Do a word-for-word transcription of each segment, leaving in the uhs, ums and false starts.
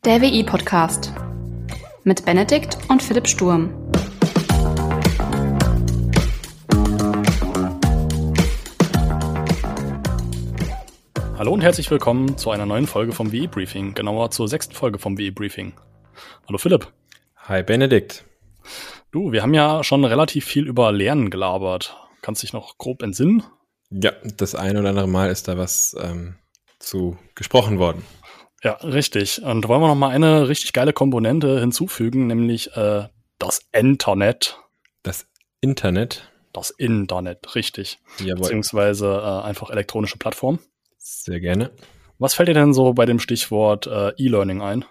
Der W I-Podcast mit Benedikt und Philipp Sturm. Hallo und herzlich willkommen zu einer neuen Folge vom W I-Briefing, genauer zur sechsten Folge vom W I-Briefing. Hallo Philipp. Hi Benedikt. Du, wir haben ja schon relativ viel über Lernen gelabert. Kannst dich noch grob entsinnen? Ja, das ein oder andere Mal ist da was ähm, zu gesprochen worden. Ja, richtig. Und wollen wir noch mal eine richtig geile Komponente hinzufügen, nämlich äh, das Internet. Das Internet? Das Internet, richtig. Jawohl. Beziehungsweise äh, einfach elektronische Plattform. Sehr gerne. Was fällt dir denn so bei dem Stichwort äh, E-Learning ein?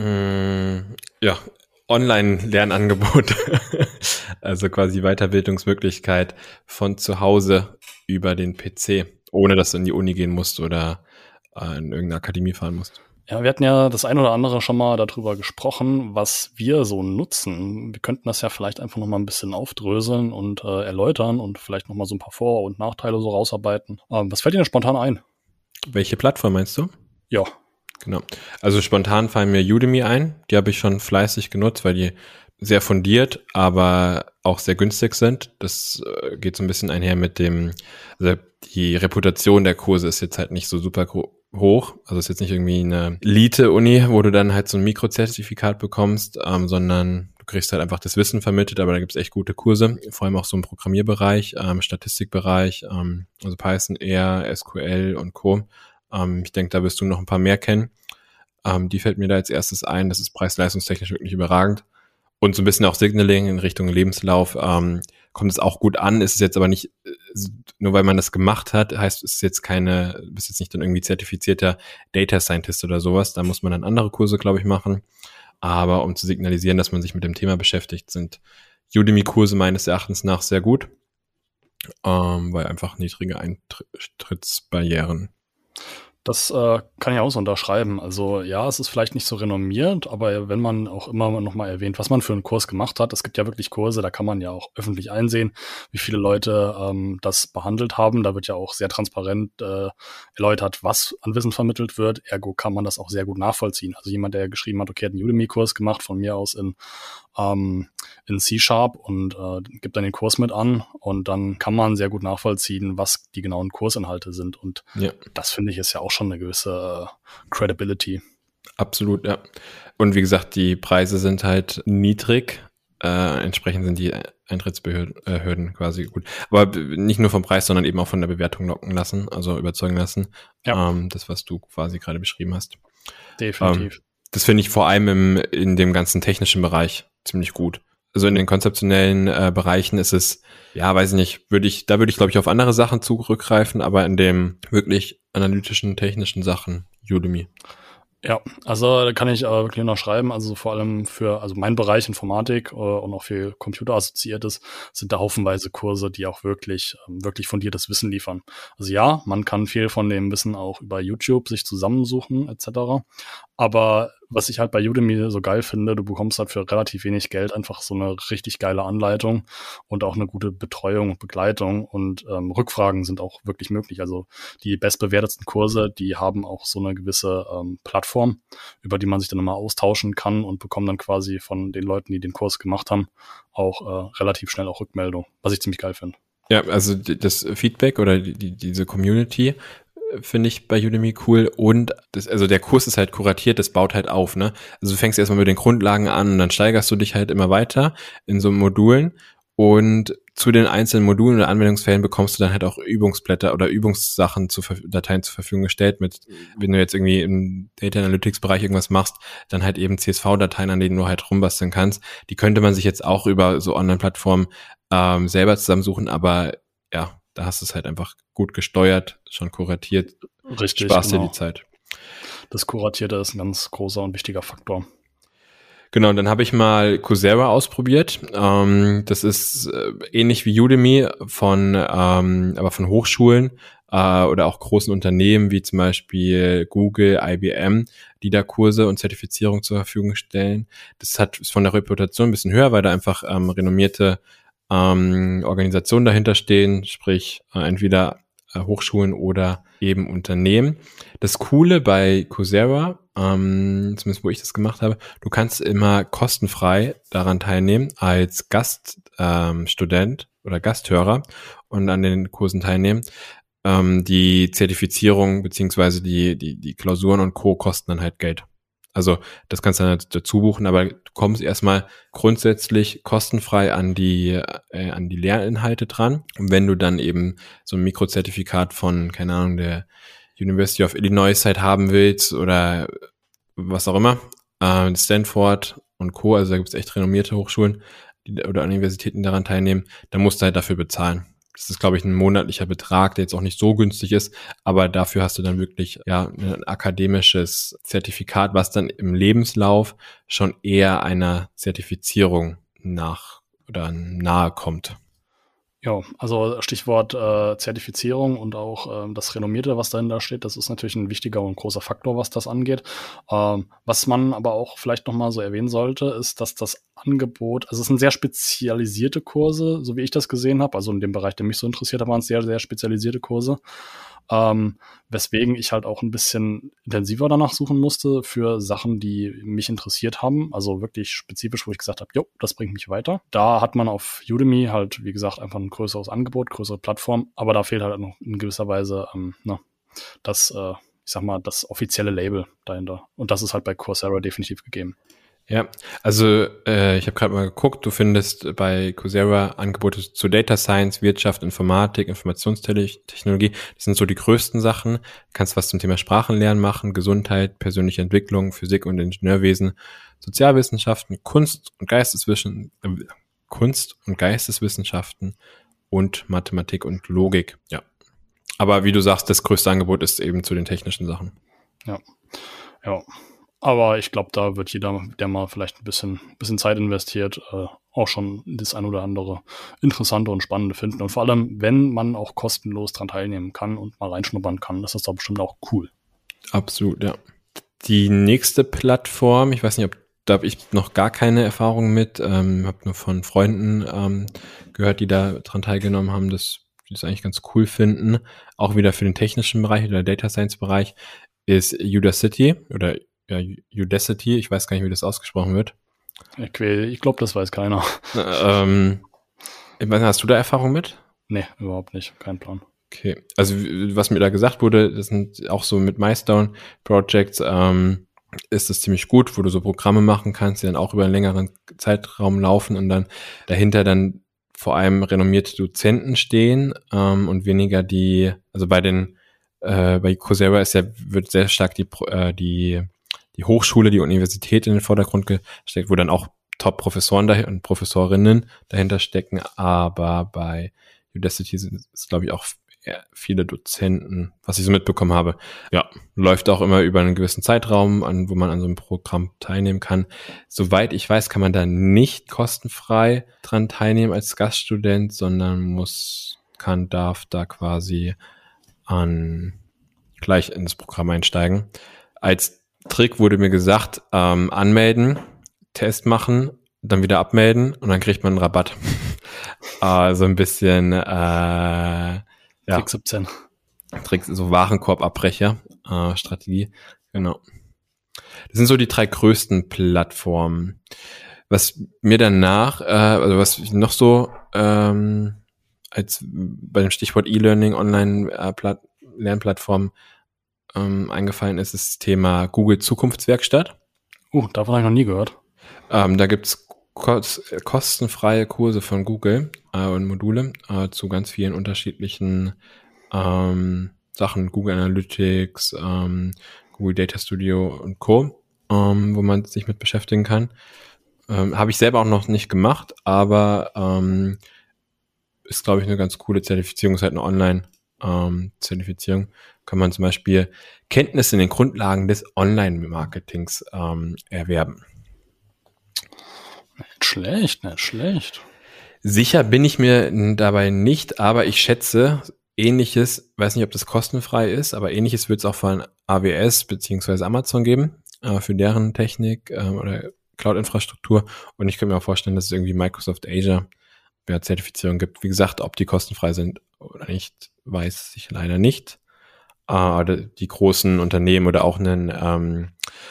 Mm, ja, Online-Lernangebot. Also quasi Weiterbildungsmöglichkeit von zu Hause über den P C, ohne dass du in die Uni gehen musst oder äh, in irgendeine Akademie fahren musst. Ja, wir hatten ja das ein oder andere schon mal darüber gesprochen, was wir so nutzen. Wir könnten das ja vielleicht einfach noch mal ein bisschen aufdröseln und äh, erläutern und vielleicht noch mal so ein paar Vor- und Nachteile so rausarbeiten. Ähm, was fällt dir denn spontan ein? Welche Plattform meinst du? Ja. Genau. Also spontan fallen mir Udemy ein. Die habe ich schon fleißig genutzt, weil die sehr fundiert, aber auch sehr günstig sind. Das äh, geht so ein bisschen einher mit dem, also die Reputation der Kurse ist jetzt halt nicht so super gro- hoch. Also ist jetzt nicht irgendwie eine Elite-Uni, wo du dann halt so ein Mikrozertifikat bekommst, ähm, sondern du kriegst halt einfach das Wissen vermittelt, aber da gibt's echt gute Kurse, vor allem auch so im Programmierbereich, ähm, Statistikbereich, ähm, also Python, R, S Q L und Co. Ähm, ich denke, da wirst du noch ein paar mehr kennen. Ähm, die fällt mir da als erstes ein. Das ist preis-leistungstechnisch wirklich überragend. Und so ein bisschen auch Signaling in Richtung Lebenslauf ähm, kommt es auch gut an. Ist es jetzt aber nicht, nur weil man das gemacht hat, heißt es ist jetzt keine, du bist jetzt nicht dann irgendwie zertifizierter Data Scientist oder sowas. Da muss man dann andere Kurse, glaube ich, machen. Aber um zu signalisieren, dass man sich mit dem Thema beschäftigt, sind Udemy-Kurse meines Erachtens nach sehr gut, ähm, weil einfach niedrige Eintrittsbarrieren. Das äh, kann ich auch so unterschreiben. Also ja, es ist vielleicht nicht so renommiert, aber wenn man auch immer noch mal erwähnt, was man für einen Kurs gemacht hat, es gibt ja wirklich Kurse, da kann man ja auch öffentlich einsehen, wie viele Leute ähm, das behandelt haben. Da wird ja auch sehr transparent äh, erläutert, was an Wissen vermittelt wird. Ergo kann man das auch sehr gut nachvollziehen. Also jemand, der geschrieben hat, okay, hat einen Udemy-Kurs gemacht, von mir aus in ähm, in C-Sharp und äh, gibt dann den Kurs mit an und dann kann man sehr gut nachvollziehen, was die genauen Kursinhalte sind und ja. Das finde ich ist ja auch schon eine gewisse äh, Credibility. Absolut, ja. Und wie gesagt, die Preise sind halt niedrig, äh, entsprechend sind die Eintrittsbehörden quasi gut. Aber nicht nur vom Preis, sondern eben auch von der Bewertung locken lassen, also überzeugen lassen. Ja. Ähm, das, was du quasi gerade beschrieben hast. Definitiv. Ähm, das finde ich vor allem im, in dem ganzen technischen Bereich ziemlich gut. Also in den konzeptionellen äh, Bereichen ist es, ja, weiß ich nicht, würde ich, da würde ich glaube ich auf andere Sachen zurückgreifen, aber in dem wirklich analytischen, technischen Sachen Udemy. Ja, also da kann ich äh, wirklich noch schreiben, also vor allem für, also mein Bereich Informatik äh, und auch für Computerassoziiertes sind da haufenweise Kurse, die auch wirklich, ähm, wirklich fundiertes Wissen liefern. Also ja, man kann viel von dem Wissen auch über YouTube sich zusammensuchen et cetera. Aber was ich halt bei Udemy so geil finde, du bekommst halt für relativ wenig Geld einfach so eine richtig geile Anleitung und auch eine gute Betreuung und Begleitung und ähm, Rückfragen sind auch wirklich möglich. Also die bestbewertetsten Kurse, die haben auch so eine gewisse ähm, Plattform, über die man sich dann immer austauschen kann und bekommt dann quasi von den Leuten, die den Kurs gemacht haben, auch äh, relativ schnell auch Rückmeldung, was ich ziemlich geil finde. Ja, also das Feedback oder die, die, diese Community finde ich bei Udemy cool und das, also der Kurs ist halt kuratiert, das baut halt auf, ne? Also du fängst erstmal mit den Grundlagen an und dann steigerst du dich halt immer weiter in so Modulen und zu den einzelnen Modulen oder Anwendungsfällen bekommst du dann halt auch Übungsblätter oder Übungssachen zu Dateien zur Verfügung gestellt mit, wenn du jetzt irgendwie im Data Analytics Bereich irgendwas machst, dann halt eben C S V-Dateien, an denen du halt rumbasteln kannst. Die könnte man sich jetzt auch über so Online-Plattformen ähm, selber zusammensuchen, aber ja, da hast du es halt einfach gut gesteuert, schon kuratiert. Richtig, sparst genau. dir die Zeit. Das Kuratierte ist ein ganz großer und wichtiger Faktor. Genau, und dann habe ich mal Coursera ausprobiert. Ähm, das ist äh, ähnlich wie Udemy, von ähm, aber von Hochschulen äh, oder auch großen Unternehmen wie zum Beispiel Google, I B M, die da Kurse und Zertifizierung zur Verfügung stellen. Das hat ist von der Reputation ein bisschen höher, weil da einfach ähm, renommierte ähm, Organisationen dahinter stehen, sprich äh, entweder äh, Hochschulen oder eben Unternehmen. Das Coole bei Coursera, ähm, zumindest wo ich das gemacht habe, du kannst immer kostenfrei daran teilnehmen als Gaststudent ähm, Student oder Gasthörer und an den Kursen teilnehmen. Ähm, die Zertifizierung beziehungsweise die, die, die Klausuren und Co. kosten dann halt Geld. Also das kannst du dann dazu buchen, aber du kommst erstmal grundsätzlich kostenfrei an die äh, an die Lehrinhalte dran. Und wenn du dann eben so ein Mikrozertifikat von, keine Ahnung, der University of Illinois halt haben willst oder was auch immer, äh, Stanford und Co., also da gibt es echt renommierte Hochschulen die, oder Universitäten, die daran teilnehmen, dann musst du halt dafür bezahlen. Das ist, glaube ich, ein monatlicher Betrag, der jetzt auch nicht so günstig ist, aber dafür hast du dann wirklich ja ein akademisches Zertifikat, was dann im Lebenslauf schon eher einer Zertifizierung nach oder nahe kommt. Ja, also Stichwort äh, Zertifizierung und auch ähm, das Renommierte, was dahinter steht, das ist natürlich ein wichtiger und großer Faktor, was das angeht. Ähm, was man aber auch vielleicht nochmal so erwähnen sollte, ist, dass das Angebot, also es sind sehr spezialisierte Kurse, so wie ich das gesehen habe, also in dem Bereich, der mich so interessiert hat, waren es sehr, sehr spezialisierte Kurse, ähm, weswegen ich halt auch ein bisschen intensiver danach suchen musste für Sachen, die mich interessiert haben, also wirklich spezifisch, wo ich gesagt habe, jo, das bringt mich weiter. Da hat man auf Udemy halt, wie gesagt, einfach ein größeres Angebot, größere Plattform, aber da fehlt halt noch in gewisser Weise ähm, na, das, äh, ich sag mal, das offizielle Label dahinter. Und das ist halt bei Coursera definitiv gegeben. Ja, also äh, ich habe gerade mal geguckt, du findest bei Coursera Angebote zu Data Science, Wirtschaft, Informatik, Informationstechnologie. Das sind so die größten Sachen. Du kannst was zum Thema Sprachenlernen machen, Gesundheit, persönliche Entwicklung, Physik und Ingenieurwesen, Sozialwissenschaften, Kunst und Geisteswischen, äh, Kunst und Geisteswissenschaften und Mathematik und Logik. Ja, aber wie du sagst, das größte Angebot ist eben zu den technischen Sachen. Ja, ja. Aber ich glaube, da wird jeder, der mal vielleicht ein bisschen, bisschen Zeit investiert, äh, auch schon das ein oder andere Interessante und Spannende finden. Und vor allem, wenn man auch kostenlos dran teilnehmen kann und mal reinschnuppern kann, ist das doch bestimmt auch cool. Absolut, ja. Die nächste Plattform, ich weiß nicht, ob da habe ich noch gar keine Erfahrung mit, ähm, habe nur von Freunden ähm, gehört, die da dran teilgenommen haben, dass die das eigentlich ganz cool finden. Auch wieder für den technischen Bereich oder Data Science Bereich ist Udacity oder ja, Udacity, ich weiß gar nicht, wie das ausgesprochen wird. Ich, ich glaube, das weiß keiner. Ähm, ich weiß nicht, hast du da Erfahrung mit? Nee, überhaupt nicht. Kein Plan. Okay, also was mir da gesagt wurde, das sind auch so mit Milestone-Projects, ähm, ist das ziemlich gut, wo du so Programme machen kannst, die dann auch über einen längeren Zeitraum laufen und dann dahinter dann vor allem renommierte Dozenten stehen ähm, und weniger die, also bei den, äh, bei Coursera ist ja, wird sehr stark die, äh, die die Hochschule, die Universität in den Vordergrund gesteckt, wo dann auch Top-Professoren dahin und Professorinnen dahinter stecken, aber bei Udacity sind es, glaube ich, auch viele Dozenten, was ich so mitbekommen habe. Ja, läuft auch immer über einen gewissen Zeitraum, an, wo man an so einem Programm teilnehmen kann. Soweit ich weiß, kann man da nicht kostenfrei dran teilnehmen als Gaststudent, sondern muss, kann, darf da quasi an gleich ins Programm einsteigen. Als Trick wurde mir gesagt, ähm, anmelden, Test machen, dann wieder abmelden und dann kriegt man einen Rabatt. Also ein bisschen äh, ja, Trick siebzehn. Trick, so Warenkorbabbrecher, äh, Strategie, genau. Das sind so die drei größten Plattformen. Was mir danach, äh, also was ich noch so ähm, als bei dem Stichwort E-Learning, Online-Lernplattform ähm, eingefallen ist, das Thema Google Zukunftswerkstatt. Uh, davon habe ich noch nie gehört. Ähm, da gibt's kos- kostenfreie Kurse von Google äh, und Module äh, zu ganz vielen unterschiedlichen ähm, Sachen, Google Analytics, ähm, Google Data Studio und Co., ähm, wo man sich mit beschäftigen kann. Ähm, habe ich selber auch noch nicht gemacht, aber ähm, ist, glaube ich, eine ganz coole Zertifizierung, ist halt eine Online-Zertifizierung. Ähm, kann man zum Beispiel Kenntnisse in den Grundlagen des Online-Marketings ähm, erwerben. Nicht schlecht, nicht schlecht. Sicher bin ich mir dabei nicht, aber ich schätze, Ähnliches, weiß nicht, ob das kostenfrei ist, aber Ähnliches wird es auch von A W S beziehungsweise Amazon geben, äh, für deren Technik äh, oder Cloud-Infrastruktur. Und ich könnte mir auch vorstellen, dass es irgendwie Microsoft Azure ja, Zertifizierung gibt. Wie gesagt, ob die kostenfrei sind, oder nicht, weiß ich leider nicht. Äh, die großen Unternehmen oder auch einen, ähm,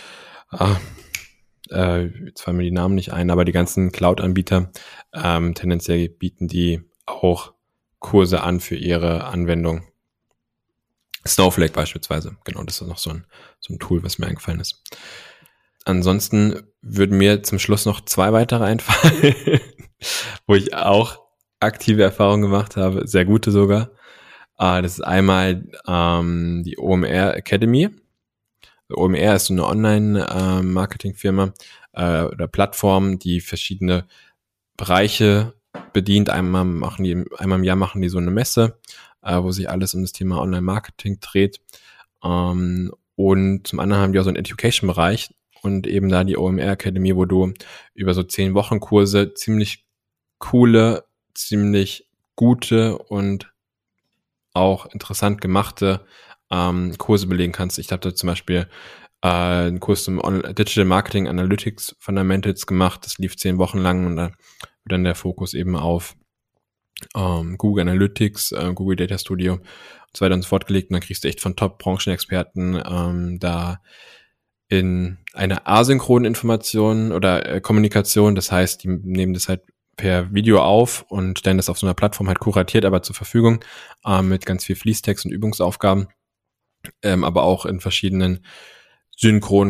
äh, jetzt fallen mir die Namen nicht ein, aber die ganzen Cloud-Anbieter, ähm, tendenziell bieten die auch Kurse an für ihre Anwendung. Snowflake beispielsweise, genau, das ist noch so ein, so ein Tool, was mir eingefallen ist. Ansonsten würden mir zum Schluss noch zwei weitere einfallen, wo ich auch aktive Erfahrungen gemacht habe, sehr gute sogar. Uh, das ist einmal ähm, die O M R Academy. O M R ist so eine Online-Marketing-Firma äh, oder Plattform, die verschiedene Bereiche bedient. Einmal machen die, einmal im Jahr machen die so eine Messe, äh, wo sich alles um das Thema Online-Marketing dreht. Ähm, und zum anderen haben die auch so einen Education-Bereich und eben da die O M R Academy, wo du über so zehn Wochen Kurse ziemlich coole, ziemlich gute und auch interessant gemachte ähm, Kurse belegen kannst. Ich habe da zum Beispiel äh, einen Kurs zum Digital Marketing Analytics Fundamentals gemacht. Das lief zehn Wochen lang und da wird dann der Fokus eben auf ähm, Google Analytics, äh, Google Data Studio und so weiter und so fort gelegt. Und dann kriegst du echt von Top-Branchenexperten ähm, da in eine asynchronen Information oder äh, Kommunikation. Das heißt, die nehmen das halt per Video auf und stellen das auf so einer Plattform halt kuratiert, aber zur Verfügung äh, mit ganz viel Fließtext und Übungsaufgaben, ähm, aber auch in verschiedenen synchronen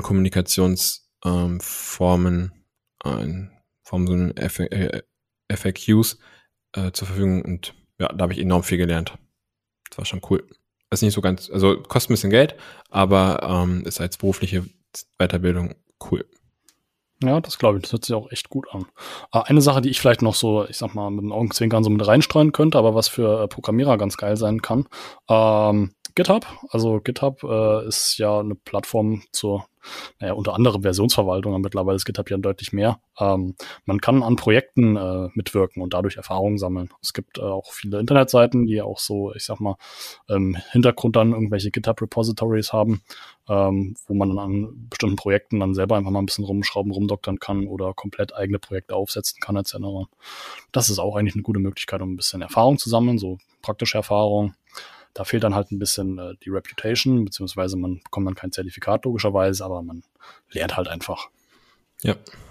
Kommunikationsformen, ähm, äh, in Form so einen F- äh, F A Qs äh, zur Verfügung und ja, da habe ich enorm viel gelernt. Das war schon cool. Das ist nicht so ganz, also kostet ein bisschen Geld, aber ähm, ist als berufliche Weiterbildung cool. Ja, das glaube ich, das hört sich auch echt gut an. Eine Sache, die ich vielleicht noch so, ich sag mal, mit den Augenzwinkern so mit reinstreuen könnte, aber was für Programmierer ganz geil sein kann, ähm, GitHub. Also GitHub äh, ist ja eine Plattform zur, naja, unter anderem Versionsverwaltung, aber mittlerweile ist GitHub ja deutlich mehr. Ähm, man kann an Projekten äh, mitwirken und dadurch Erfahrungen sammeln. Es gibt äh, auch viele Internetseiten, die auch so, ich sag mal, im Hintergrund dann irgendwelche GitHub-Repositories haben, ähm, wo man dann an bestimmten Projekten dann selber einfach mal ein bisschen rumschrauben, rumdoktern kann oder komplett eigene Projekte aufsetzen kann, et cetera. Das ist auch eigentlich eine gute Möglichkeit, um ein bisschen Erfahrung zu sammeln, so praktische Erfahrung. Da fehlt dann halt ein bisschen äh, die Reputation, beziehungsweise man bekommt dann kein Zertifikat logischerweise, aber man lernt halt einfach. Ja.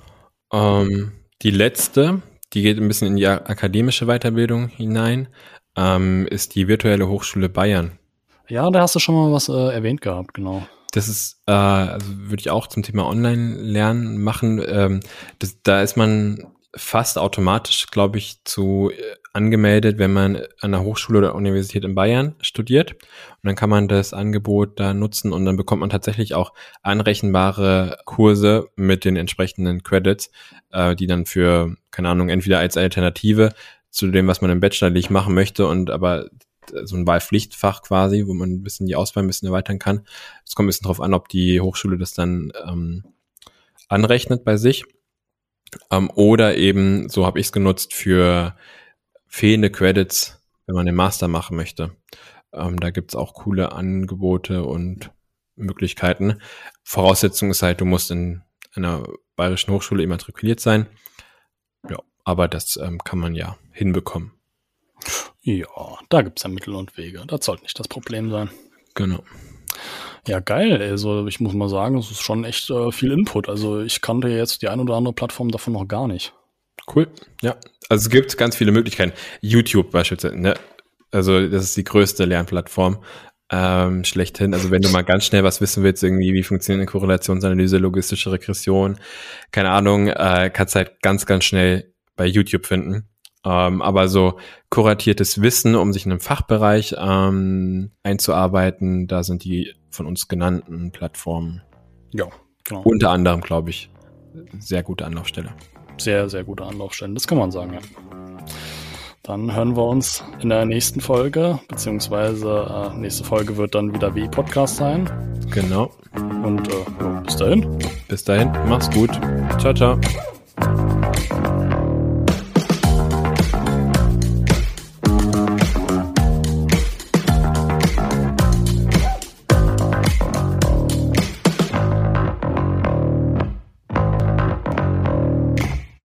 Ähm, die letzte, die geht ein bisschen in die akademische Weiterbildung hinein, ähm, ist die Virtuelle Hochschule Bayern. Ja, da hast du schon mal was äh, erwähnt gehabt, genau. Das ist, äh, also würde ich auch zum Thema Online-Lernen machen. Ähm, das, da ist man fast automatisch, glaube ich, zu äh, angemeldet, wenn man an der Hochschule oder Universität in Bayern studiert. Und dann kann man das Angebot da nutzen und dann bekommt man tatsächlich auch anrechenbare Kurse mit den entsprechenden Credits, äh, die dann für, keine Ahnung, entweder als Alternative zu dem, was man im Bachelor nicht machen möchte und aber so ein Wahlpflichtfach quasi, wo man ein bisschen die Auswahl ein bisschen erweitern kann. Es kommt ein bisschen drauf an, ob die Hochschule das dann ähm, anrechnet bei sich. Ähm, oder eben, so habe ich es genutzt, für fehlende Credits, wenn man den Master machen möchte. Ähm, da gibt's auch coole Angebote und Möglichkeiten. Voraussetzung ist halt, du musst in einer bayerischen Hochschule immatrikuliert sein. Ja, aber das ähm, kann man ja hinbekommen. Ja, da gibt's ja Mittel und Wege. Das sollte nicht das Problem sein. Genau. Ja, geil. Also ich muss mal sagen, es ist schon echt äh, viel Input. Also ich kannte jetzt die ein oder andere Plattform davon noch gar nicht. Cool. Ja, also es gibt ganz viele Möglichkeiten. YouTube beispielsweise, ne? Also das ist die größte Lernplattform ähm, schlechthin. Also wenn du mal ganz schnell was wissen willst, irgendwie wie funktioniert eine Korrelationsanalyse, logistische Regression, keine Ahnung, äh, kannst halt ganz, ganz schnell bei YouTube finden. Ähm, aber so kuratiertes Wissen, um sich in einem Fachbereich ähm, einzuarbeiten, da sind die von uns genannten Plattformen Ja, genau. unter anderem, glaube ich, sehr gute Anlaufstelle. Sehr, sehr gute Anlaufstellen, das kann man sagen, ja. Dann hören wir uns in der nächsten Folge, beziehungsweise äh, nächste Folge wird dann wieder W I-Podcast sein. Genau. Und äh, ja, bis dahin. Bis dahin, mach's gut. Ciao, ciao.